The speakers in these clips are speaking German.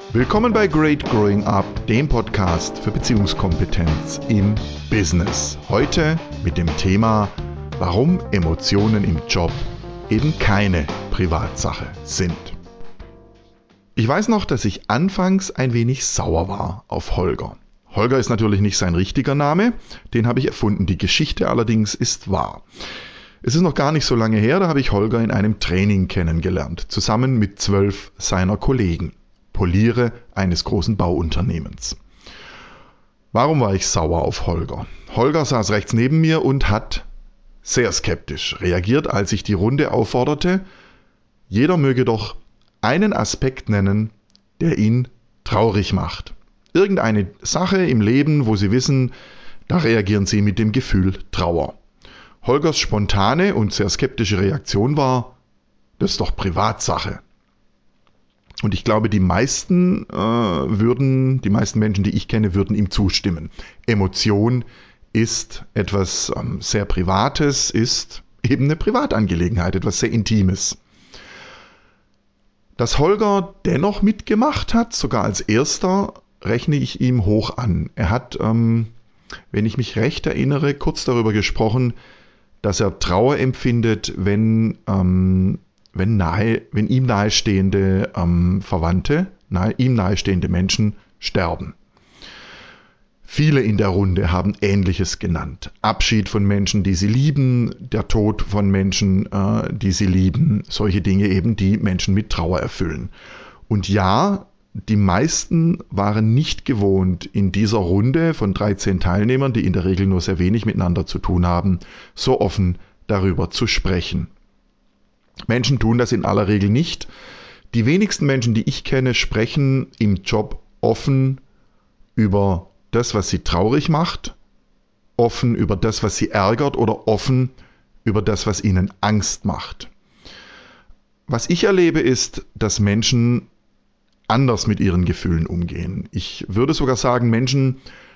Willkommen bei Great Growing Up, dem Podcast für Beziehungskompetenz im Business. Heute mit dem Thema, warum Emotionen im Job eben keine Privatsache sind. Ich weiß noch, dass ich anfangs ein wenig sauer war auf Holger. Holger ist natürlich nicht sein richtiger Name, den habe ich erfunden. Die Geschichte allerdings ist wahr. Es ist noch gar nicht so lange her, da habe ich Holger in einem Training kennengelernt, zusammen mit 12 seiner Kollegen. Poliere eines großen Bauunternehmens. Warum war ich sauer auf Holger? Holger saß rechts neben mir und hat sehr skeptisch reagiert, als ich die Runde aufforderte, jeder möge doch einen Aspekt nennen, der ihn traurig macht. Irgendeine Sache im Leben, wo Sie wissen, da reagieren Sie mit dem Gefühl Trauer. Holgers spontane und sehr skeptische Reaktion war, das ist doch Privatsache. Und ich glaube, die meisten Menschen, die ich kenne, würden ihm zustimmen. Emotion ist etwas sehr Privates, ist eben eine Privatangelegenheit, etwas sehr Intimes. Dass Holger dennoch mitgemacht hat, sogar als Erster, rechne ich ihm hoch an. Er hat, wenn ich mich recht erinnere, kurz darüber gesprochen, dass er Trauer empfindet, wenn ihm nahestehende Verwandte, ihm nahestehende Menschen sterben. Viele in der Runde haben Ähnliches genannt. Abschied von Menschen, die sie lieben, der Tod von Menschen, die sie lieben, solche Dinge eben, die Menschen mit Trauer erfüllen. Und ja, die meisten waren nicht gewohnt, in dieser Runde von 13 Teilnehmern, die in der Regel nur sehr wenig miteinander zu tun haben, so offen darüber zu sprechen. Menschen tun das in aller Regel nicht. Die wenigsten Menschen, die ich kenne, sprechen im Job offen über das, was sie traurig macht, offen über das, was sie ärgert oder offen über das, was ihnen Angst macht. Was ich erlebe, ist, dass Menschen anders mit ihren Gefühlen umgehen. Ich würde sogar sagen, Menschen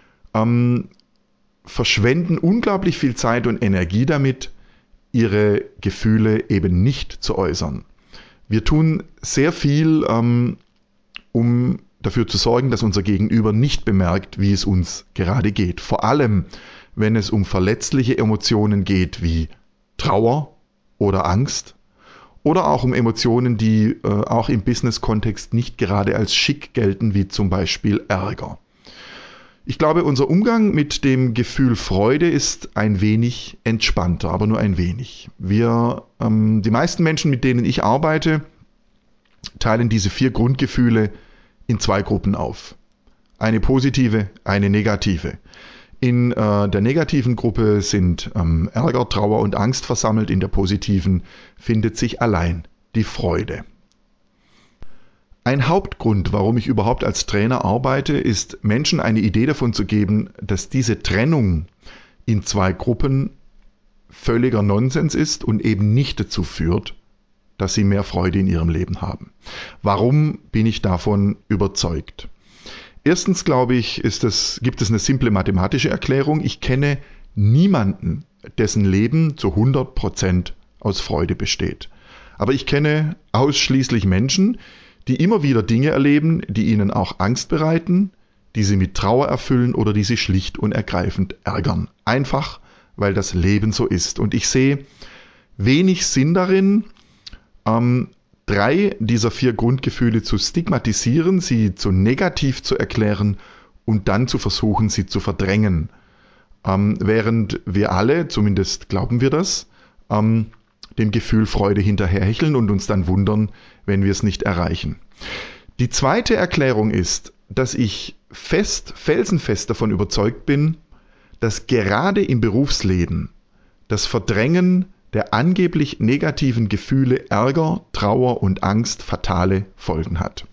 verschwenden unglaublich viel Zeit und Energie damit, ihre Gefühle eben nicht zu äußern. Wir tun sehr viel, um dafür zu sorgen, dass unser Gegenüber nicht bemerkt, wie es uns gerade geht. Vor allem, wenn es um verletzliche Emotionen geht, wie Trauer oder Angst, oder auch um Emotionen, die auch im Business-Kontext nicht gerade als schick gelten, wie zum Beispiel Ärger. Ich glaube, unser Umgang mit dem Gefühl Freude ist ein wenig entspannter, aber nur ein wenig. Die meisten Menschen, mit denen ich arbeite, teilen diese 4 Grundgefühle in 2 Gruppen auf. Eine positive, eine negative. In der negativen Gruppe sind Ärger, Trauer und Angst versammelt. In der positiven findet sich allein die Freude. Ein Hauptgrund, warum ich überhaupt als Trainer arbeite, ist, Menschen eine Idee davon zu geben, dass diese Trennung in 2 Gruppen völliger Nonsens ist und eben nicht dazu führt, dass sie mehr Freude in ihrem Leben haben. Warum bin ich davon überzeugt? Erstens glaube ich, gibt es eine simple mathematische Erklärung. Ich kenne niemanden, dessen Leben zu 100% aus Freude besteht. Aber ich kenne ausschließlich Menschen, die immer wieder Dinge erleben, die ihnen auch Angst bereiten, die sie mit Trauer erfüllen oder die sie schlicht und ergreifend ärgern. Einfach, weil das Leben so ist. Und ich sehe wenig Sinn darin, 3 dieser 4 Grundgefühle zu stigmatisieren, sie zu negativ zu erklären und dann zu versuchen, sie zu verdrängen. Während wir alle, zumindest glauben wir das, dem Gefühl Freude hinterherhecheln und uns dann wundern, wenn wir es nicht erreichen. Die zweite Erklärung ist, dass ich felsenfest davon überzeugt bin, dass gerade im Berufsleben das Verdrängen der angeblich negativen Gefühle Ärger, Trauer und Angst fatale Folgen hat.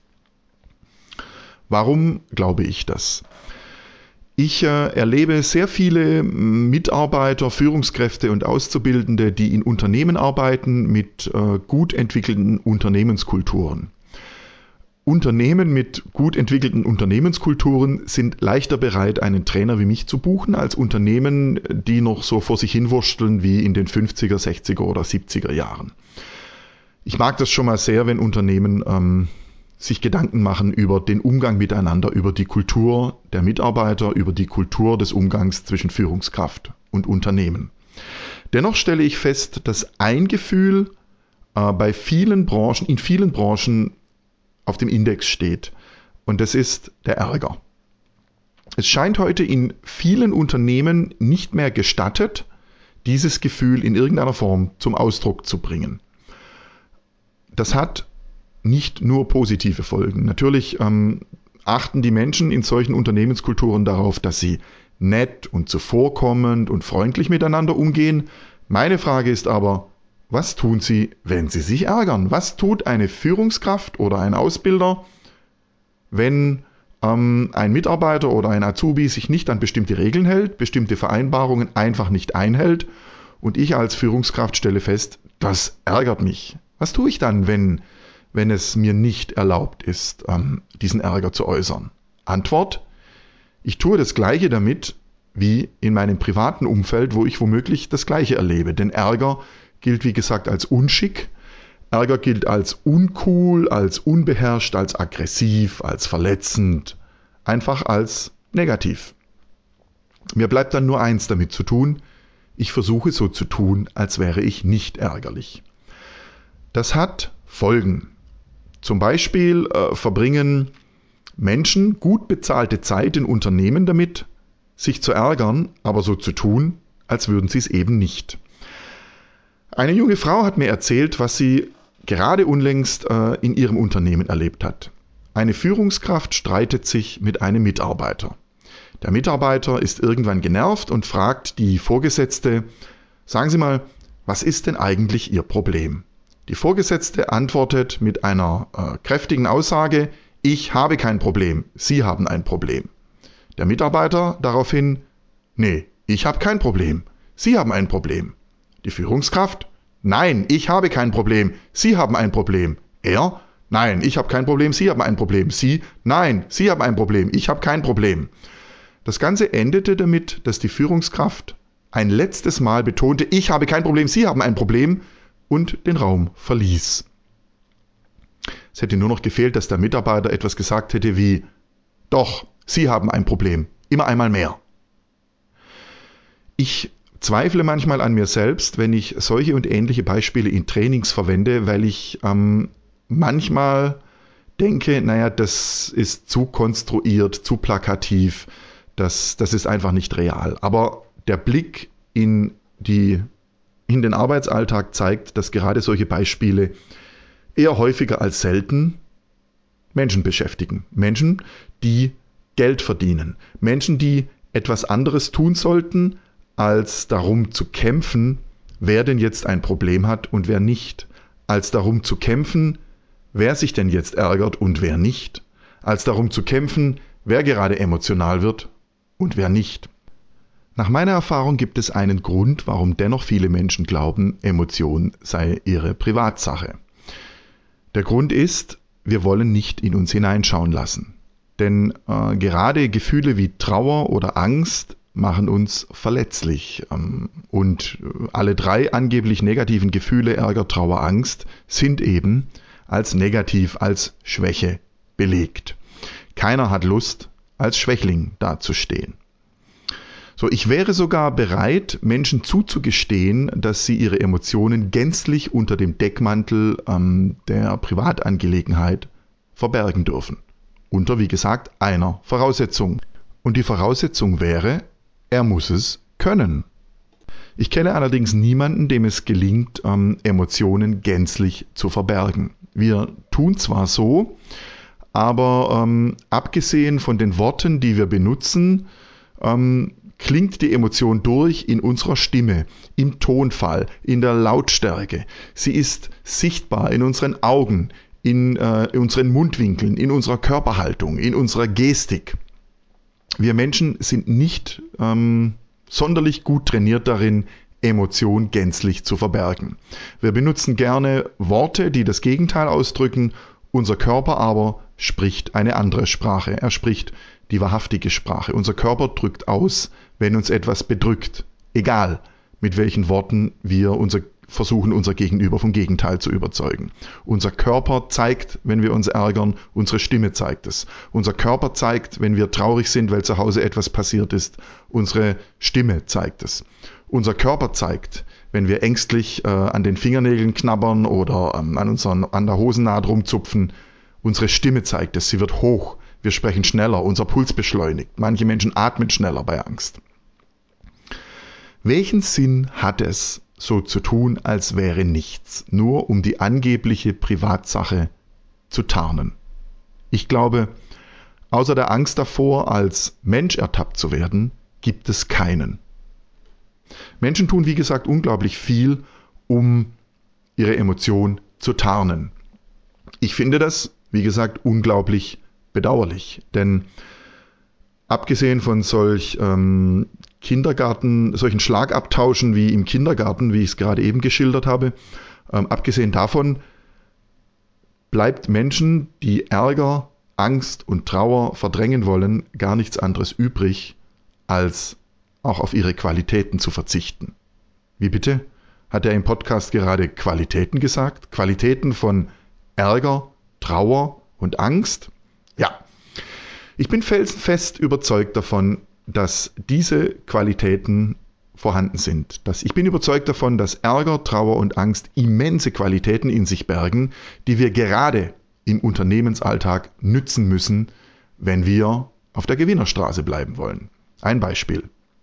Warum glaube ich das? Ich erlebe sehr viele Mitarbeiter, Führungskräfte und Auszubildende, die in Unternehmen arbeiten mit gut entwickelten Unternehmenskulturen. Unternehmen mit gut entwickelten Unternehmenskulturen sind leichter bereit, einen Trainer wie mich zu buchen, als Unternehmen, die noch so vor sich hinwursteln wie in den 50er, 60er oder 70er Jahren. Ich mag das schon mal sehr, wenn Unternehmen sich Gedanken machen über den Umgang miteinander, über die Kultur der Mitarbeiter, über die Kultur des Umgangs zwischen Führungskraft und Unternehmen. Dennoch stelle ich fest, dass ein Gefühl in vielen Branchen auf dem Index steht. Und das ist der Ärger. Es scheint heute in vielen Unternehmen nicht mehr gestattet, dieses Gefühl in irgendeiner Form zum Ausdruck zu bringen. Das hat nicht nur positive Folgen. Natürlich achten die Menschen in solchen Unternehmenskulturen darauf, dass sie nett und zuvorkommend und freundlich miteinander umgehen. Meine Frage ist aber, was tun sie, wenn sie sich ärgern? Was tut eine Führungskraft oder ein Ausbilder, wenn ein Mitarbeiter oder ein Azubi sich nicht an bestimmte Regeln hält, bestimmte Vereinbarungen einfach nicht einhält und ich als Führungskraft stelle fest, das ärgert mich. Was tue ich dann, wenn es mir nicht erlaubt ist, diesen Ärger zu äußern? Antwort: Ich tue das Gleiche damit wie in meinem privaten Umfeld, wo ich womöglich das Gleiche erlebe. Denn Ärger gilt, wie gesagt, als Unschick. Ärger gilt als uncool, als unbeherrscht, als aggressiv, als verletzend, einfach als negativ. Mir bleibt dann nur eins damit zu tun: Ich versuche so zu tun, als wäre ich nicht ärgerlich. Das hat Folgen. Zum Beispiel verbringen Menschen gut bezahlte Zeit in Unternehmen damit, sich zu ärgern, aber so zu tun, als würden sie es eben nicht. Eine junge Frau hat mir erzählt, was sie gerade unlängst in ihrem Unternehmen erlebt hat. Eine Führungskraft streitet sich mit einem Mitarbeiter. Der Mitarbeiter ist irgendwann genervt und fragt die Vorgesetzte: Sagen Sie mal, was ist denn eigentlich Ihr Problem? Die Vorgesetzte antwortet mit einer kräftigen Aussage: Ich habe kein Problem, Sie haben ein Problem. Der Mitarbeiter daraufhin: Nee, ich habe kein Problem, Sie haben ein Problem. Die Führungskraft: Nein, ich habe kein Problem, Sie haben ein Problem. Er: Nein, ich habe kein Problem, Sie haben ein Problem. Sie: Nein, Sie haben ein Problem, ich habe kein Problem. Das Ganze endete damit, dass die Führungskraft ein letztes Mal betonte: Ich habe kein Problem, Sie haben ein Problem, und den Raum verließ. Es hätte nur noch gefehlt, dass der Mitarbeiter etwas gesagt hätte wie: Doch, Sie haben ein Problem, immer einmal mehr. Ich zweifle manchmal an mir selbst, wenn ich solche und ähnliche Beispiele in Trainings verwende, weil ich manchmal denke, naja, das ist zu konstruiert, zu plakativ, das ist einfach nicht real. Aber der Blick in den Arbeitsalltag zeigt, dass gerade solche Beispiele eher häufiger als selten Menschen beschäftigen. Menschen, die Geld verdienen. Menschen, die etwas anderes tun sollten, als darum zu kämpfen, wer denn jetzt ein Problem hat und wer nicht. Als darum zu kämpfen, wer sich denn jetzt ärgert und wer nicht. Als darum zu kämpfen, wer gerade emotional wird und wer nicht. Nach meiner Erfahrung gibt es einen Grund, warum dennoch viele Menschen glauben, Emotion sei ihre Privatsache. Der Grund ist, wir wollen nicht in uns hineinschauen lassen. Denn gerade Gefühle wie Trauer oder Angst machen uns verletzlich. Und alle drei angeblich negativen Gefühle, Ärger, Trauer, Angst, sind eben als negativ, als Schwäche belegt. Keiner hat Lust, als Schwächling dazustehen. So, ich wäre sogar bereit, Menschen zuzugestehen, dass sie ihre Emotionen gänzlich unter dem Deckmantel der Privatangelegenheit verbergen dürfen. Unter, wie gesagt, einer Voraussetzung. Und die Voraussetzung wäre, er muss es können. Ich kenne allerdings niemanden, dem es gelingt, Emotionen gänzlich zu verbergen. Wir tun zwar so, aber abgesehen von den Worten, die wir benutzen, klingt die Emotion durch in unserer Stimme, im Tonfall, in der Lautstärke. Sie ist sichtbar in unseren Augen, in unseren Mundwinkeln, in unserer Körperhaltung, in unserer Gestik. Wir Menschen sind nicht sonderlich gut trainiert darin, Emotion gänzlich zu verbergen. Wir benutzen gerne Worte, die das Gegenteil ausdrücken, unser Körper aber spricht eine andere Sprache. Er spricht die wahrhaftige Sprache. Unser Körper drückt aus, wenn uns etwas bedrückt. Egal, mit welchen Worten wir unser versuchen, unser Gegenüber vom Gegenteil zu überzeugen. Unser Körper zeigt, wenn wir uns ärgern, unsere Stimme zeigt es. Unser Körper zeigt, wenn wir traurig sind, weil zu Hause etwas passiert ist, unsere Stimme zeigt es. Unser Körper zeigt, wenn wir ängstlich an den Fingernägeln knabbern oder an der Hosennaht rumzupfen, unsere Stimme zeigt es, sie wird hoch, wir sprechen schneller, unser Puls beschleunigt. Manche Menschen atmen schneller bei Angst. Welchen Sinn hat es, so zu tun, als wäre nichts, nur um die angebliche Privatsache zu tarnen? Ich glaube, außer der Angst davor, als Mensch ertappt zu werden, gibt es keinen. Menschen tun, wie gesagt, unglaublich viel, um ihre Emotion zu tarnen. Ich finde das, wie gesagt, unglaublich bedauerlich, denn abgesehen von solchen Schlagabtauschen wie im Kindergarten, wie ich es gerade eben geschildert habe, abgesehen davon bleibt Menschen, die Ärger, Angst und Trauer verdrängen wollen, gar nichts anderes übrig, als auch auf ihre Qualitäten zu verzichten. Wie bitte? Hat er im Podcast gerade Qualitäten gesagt? Qualitäten von Ärger, Trauer und Angst? Ja. Ich bin felsenfest überzeugt davon, dass diese Qualitäten vorhanden sind. Ich bin überzeugt davon, dass Ärger, Trauer und Angst immense Qualitäten in sich bergen, die wir gerade im Unternehmensalltag nützen müssen, wenn wir auf der Gewinnerstraße bleiben wollen. Ein Beispiel.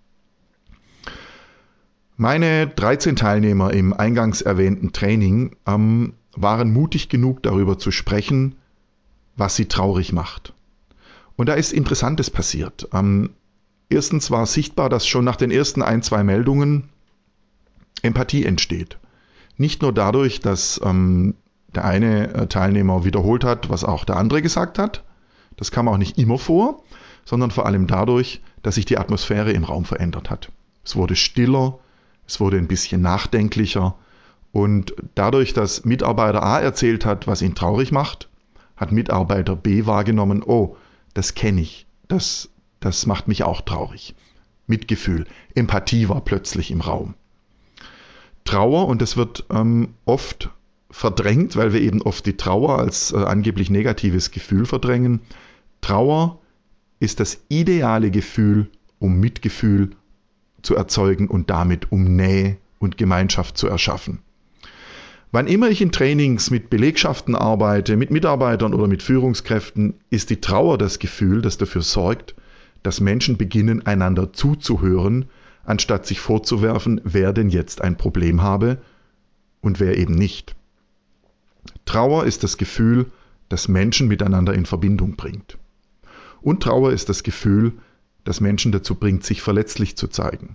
Meine 13 Teilnehmer im eingangs erwähnten Training waren mutig genug, darüber zu sprechen, was sie traurig macht. Und da ist Interessantes passiert. Erstens war sichtbar, dass schon nach den ersten 1-2 Meldungen Empathie entsteht. Nicht nur dadurch, dass der eine Teilnehmer wiederholt hat, was auch der andere gesagt hat. Das kam auch nicht immer vor, sondern vor allem dadurch, dass sich die Atmosphäre im Raum verändert hat. Es wurde stiller, es wurde ein bisschen nachdenklicher und dadurch, dass Mitarbeiter A erzählt hat, was ihn traurig macht, hat Mitarbeiter B wahrgenommen, oh, das kenne ich, das macht mich auch traurig. Mitgefühl, Empathie war plötzlich im Raum. Trauer, und das wird oft verdrängt, weil wir eben oft die Trauer als angeblich negatives Gefühl verdrängen. Trauer ist das ideale Gefühl, um Mitgefühl zu erzeugen und damit um Nähe und Gemeinschaft zu erschaffen. Wann immer ich in Trainings mit Belegschaften arbeite, mit Mitarbeitern oder mit Führungskräften, ist die Trauer das Gefühl, das dafür sorgt, dass Menschen beginnen, einander zuzuhören, anstatt sich vorzuwerfen, wer denn jetzt ein Problem habe und wer eben nicht. Trauer ist das Gefühl, das Menschen miteinander in Verbindung bringt. Und Trauer ist das Gefühl, das Menschen dazu bringt, sich verletzlich zu zeigen.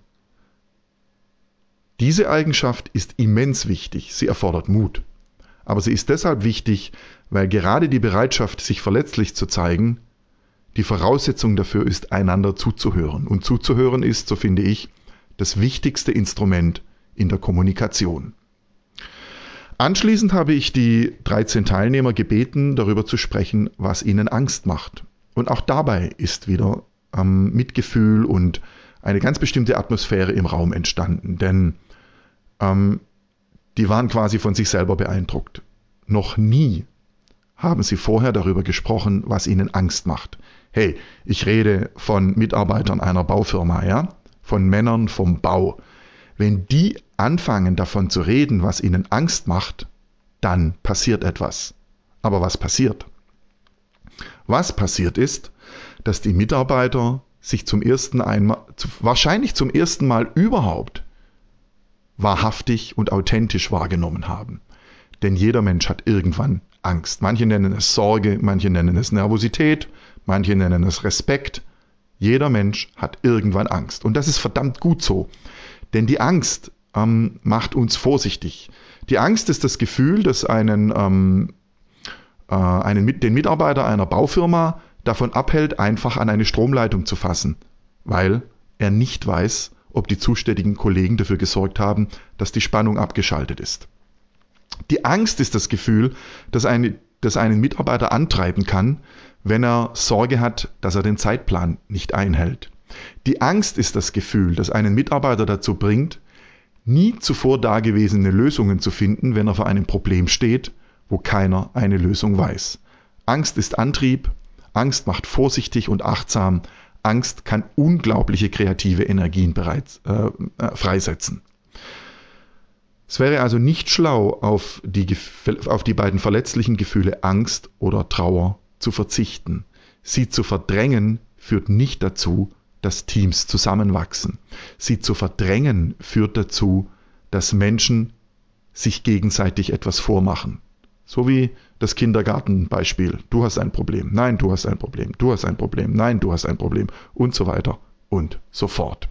Diese Eigenschaft ist immens wichtig, sie erfordert Mut. Aber sie ist deshalb wichtig, weil gerade die Bereitschaft, sich verletzlich zu zeigen, die Voraussetzung dafür ist, einander zuzuhören. Und zuzuhören ist, so finde ich, das wichtigste Instrument in der Kommunikation. Anschließend habe ich die 13 Teilnehmer gebeten, darüber zu sprechen, was ihnen Angst macht. Und auch dabei ist wieder Mitgefühl und eine ganz bestimmte Atmosphäre im Raum entstanden. Denn die waren quasi von sich selber beeindruckt. Noch nie haben sie vorher darüber gesprochen, was ihnen Angst macht. Hey, ich rede von Mitarbeitern einer Baufirma, ja? Von Männern vom Bau. Wenn die anfangen davon zu reden, was ihnen Angst macht, dann passiert etwas. Aber was passiert? Was passiert ist, dass die Mitarbeiter sich wahrscheinlich zum ersten Mal überhaupt wahrhaftig und authentisch wahrgenommen haben. Denn jeder Mensch hat irgendwann Angst. Manche nennen es Sorge, manche nennen es Nervosität, manche nennen es Respekt. Jeder Mensch hat irgendwann Angst. Und das ist verdammt gut so. Denn die Angst macht uns vorsichtig. Die Angst ist das Gefühl, das den Mitarbeiter einer Baufirma davon abhält, einfach an eine Stromleitung zu fassen, weil er nicht weiß, ob die zuständigen Kollegen dafür gesorgt haben, dass die Spannung abgeschaltet ist. Die Angst ist das Gefühl, das einen Mitarbeiter antreiben kann, wenn er Sorge hat, dass er den Zeitplan nicht einhält. Die Angst ist das Gefühl, das einen Mitarbeiter dazu bringt, nie zuvor dagewesene Lösungen zu finden, wenn er vor einem Problem steht, wo keiner eine Lösung weiß. Angst ist Antrieb, Angst macht vorsichtig und achtsam, Angst kann unglaubliche kreative Energien bereits freisetzen. Es wäre also nicht schlau, auf die beiden verletzlichen Gefühle Angst oder Trauer zu verzichten. Sie zu verdrängen führt nicht dazu, dass Teams zusammenwachsen. Sie zu verdrängen führt dazu, dass Menschen sich gegenseitig etwas vormachen. So wie das Kindergartenbeispiel. Du hast ein Problem, nein, du hast ein Problem, du hast ein Problem, nein, du hast ein Problem und so weiter und so fort.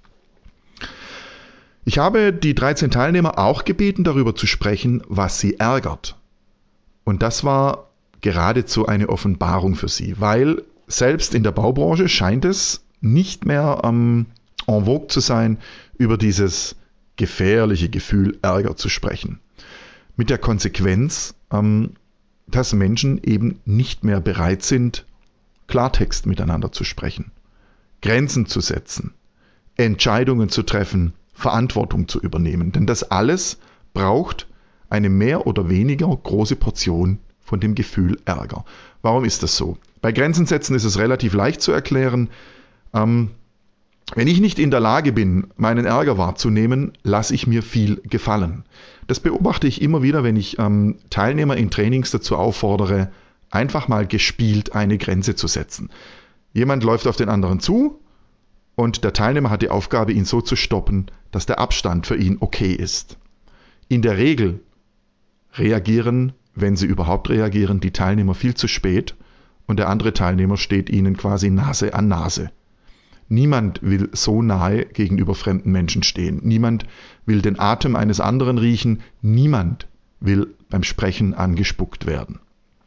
Ich habe die 13 Teilnehmer auch gebeten, darüber zu sprechen, was sie ärgert. Und das war geradezu eine Offenbarung für sie, weil selbst in der Baubranche scheint es nicht mehr en vogue zu sein, über dieses gefährliche Gefühl Ärger zu sprechen. Mit der Konsequenz, dass Menschen eben nicht mehr bereit sind, Klartext miteinander zu sprechen, Grenzen zu setzen, Entscheidungen zu treffen, Verantwortung zu übernehmen. Denn das alles braucht eine mehr oder weniger große Portion von dem Gefühl Ärger. Warum ist das so? Bei Grenzen setzen ist es relativ leicht zu erklären. Wenn ich nicht in der Lage bin, meinen Ärger wahrzunehmen, lasse ich mir viel gefallen. Das beobachte ich immer wieder, wenn ich Teilnehmer in Trainings dazu auffordere, einfach mal gespielt eine Grenze zu setzen. Jemand läuft auf den anderen zu und der Teilnehmer hat die Aufgabe, ihn so zu stoppen, dass der Abstand für ihn okay ist. In der Regel reagieren, wenn sie überhaupt reagieren, die Teilnehmer viel zu spät und der andere Teilnehmer steht ihnen quasi Nase an Nase. Niemand will so nahe gegenüber fremden Menschen stehen. Niemand will den Atem eines anderen riechen. Niemand will beim Sprechen angespuckt werden.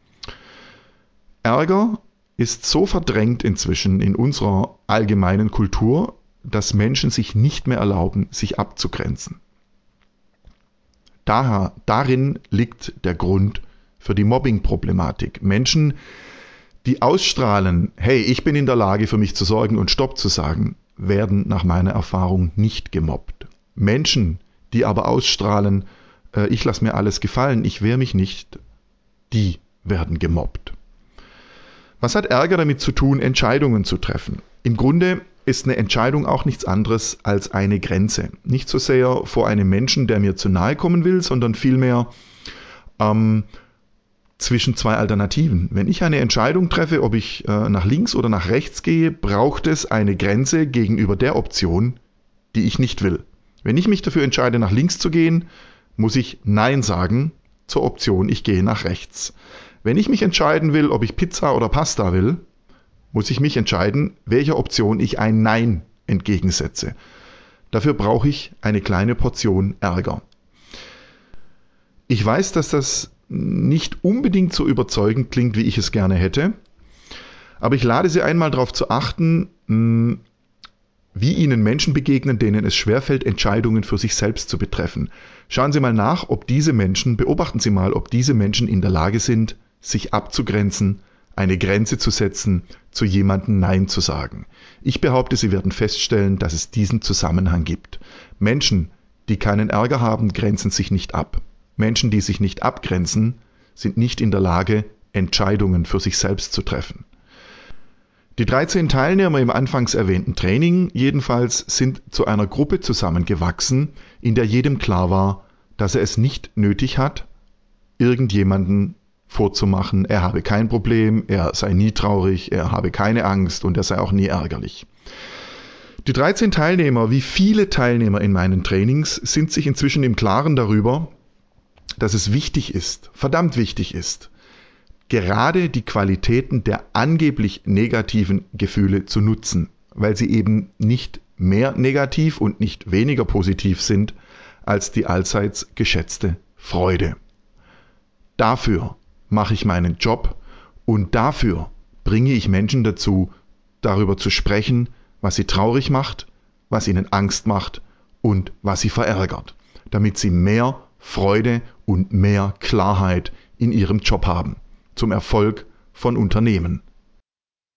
Ärger ist so verdrängt inzwischen in unserer allgemeinen Kultur, dass Menschen sich nicht mehr erlauben, sich abzugrenzen. Darin liegt der Grund für die Mobbing-Problematik. Menschen, die ausstrahlen, hey, ich bin in der Lage, für mich zu sorgen und Stopp zu sagen, werden nach meiner Erfahrung nicht gemobbt. Menschen, die aber ausstrahlen, ich lasse mir alles gefallen, ich wehre mich nicht, die werden gemobbt. Was hat Ärger damit zu tun, Entscheidungen zu treffen? Im Grunde ist eine Entscheidung auch nichts anderes als eine Grenze. Nicht so sehr vor einem Menschen, der mir zu nahe kommen will, sondern vielmehr zwischen zwei Alternativen. Wenn ich eine Entscheidung treffe, ob ich nach links oder nach rechts gehe, braucht es eine Grenze gegenüber der Option, die ich nicht will. Wenn ich mich dafür entscheide, nach links zu gehen, muss ich Nein sagen zur Option, ich gehe nach rechts. Wenn ich mich entscheiden will, ob ich Pizza oder Pasta will, muss ich mich entscheiden, welcher Option ich ein Nein entgegensetze. Dafür brauche ich eine kleine Portion Ärger. Ich weiß, dass das nicht unbedingt so überzeugend klingt, wie ich es gerne hätte, aber ich lade Sie einmal darauf zu achten, wie Ihnen Menschen begegnen, denen es schwerfällt, Entscheidungen für sich selbst zu betreffen. Schauen Sie mal nach, beobachten Sie mal, ob diese Menschen in der Lage sind, sich abzugrenzen, eine Grenze zu setzen, zu jemandem Nein zu sagen. Ich behaupte, Sie werden feststellen, dass es diesen Zusammenhang gibt. Menschen, die keinen Ärger haben, grenzen sich nicht ab. Menschen, die sich nicht abgrenzen, sind nicht in der Lage, Entscheidungen für sich selbst zu treffen. Die 13 Teilnehmer im anfangs erwähnten Training jedenfalls sind zu einer Gruppe zusammengewachsen, in der jedem klar war, dass er es nicht nötig hat, irgendjemanden vorzumachen, er habe kein Problem, er sei nie traurig, er habe keine Angst und er sei auch nie ärgerlich. Die 13 Teilnehmer, wie viele Teilnehmer in meinen Trainings, sind sich inzwischen im Klaren darüber, dass es wichtig ist, verdammt wichtig ist, gerade die Qualitäten der angeblich negativen Gefühle zu nutzen, weil sie eben nicht mehr negativ und nicht weniger positiv sind als die allseits geschätzte Freude. Dafür mache ich meinen Job und dafür bringe ich Menschen dazu, darüber zu sprechen, was sie traurig macht, was ihnen Angst macht und was sie verärgert, damit sie mehr Freude und mehr Klarheit in ihrem Job haben, zum Erfolg von Unternehmen.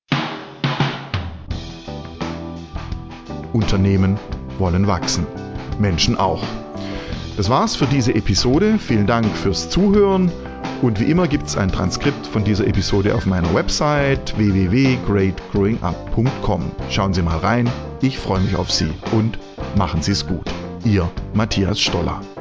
Unternehmen wollen wachsen. Menschen auch. Das war's für diese Episode. Vielen Dank fürs Zuhören. Und wie immer gibt es ein Transkript von dieser Episode auf meiner Website www.greatgrowingup.com. Schauen Sie mal rein. Ich freue mich auf Sie und machen Sie es gut. Ihr Matthias Stoller.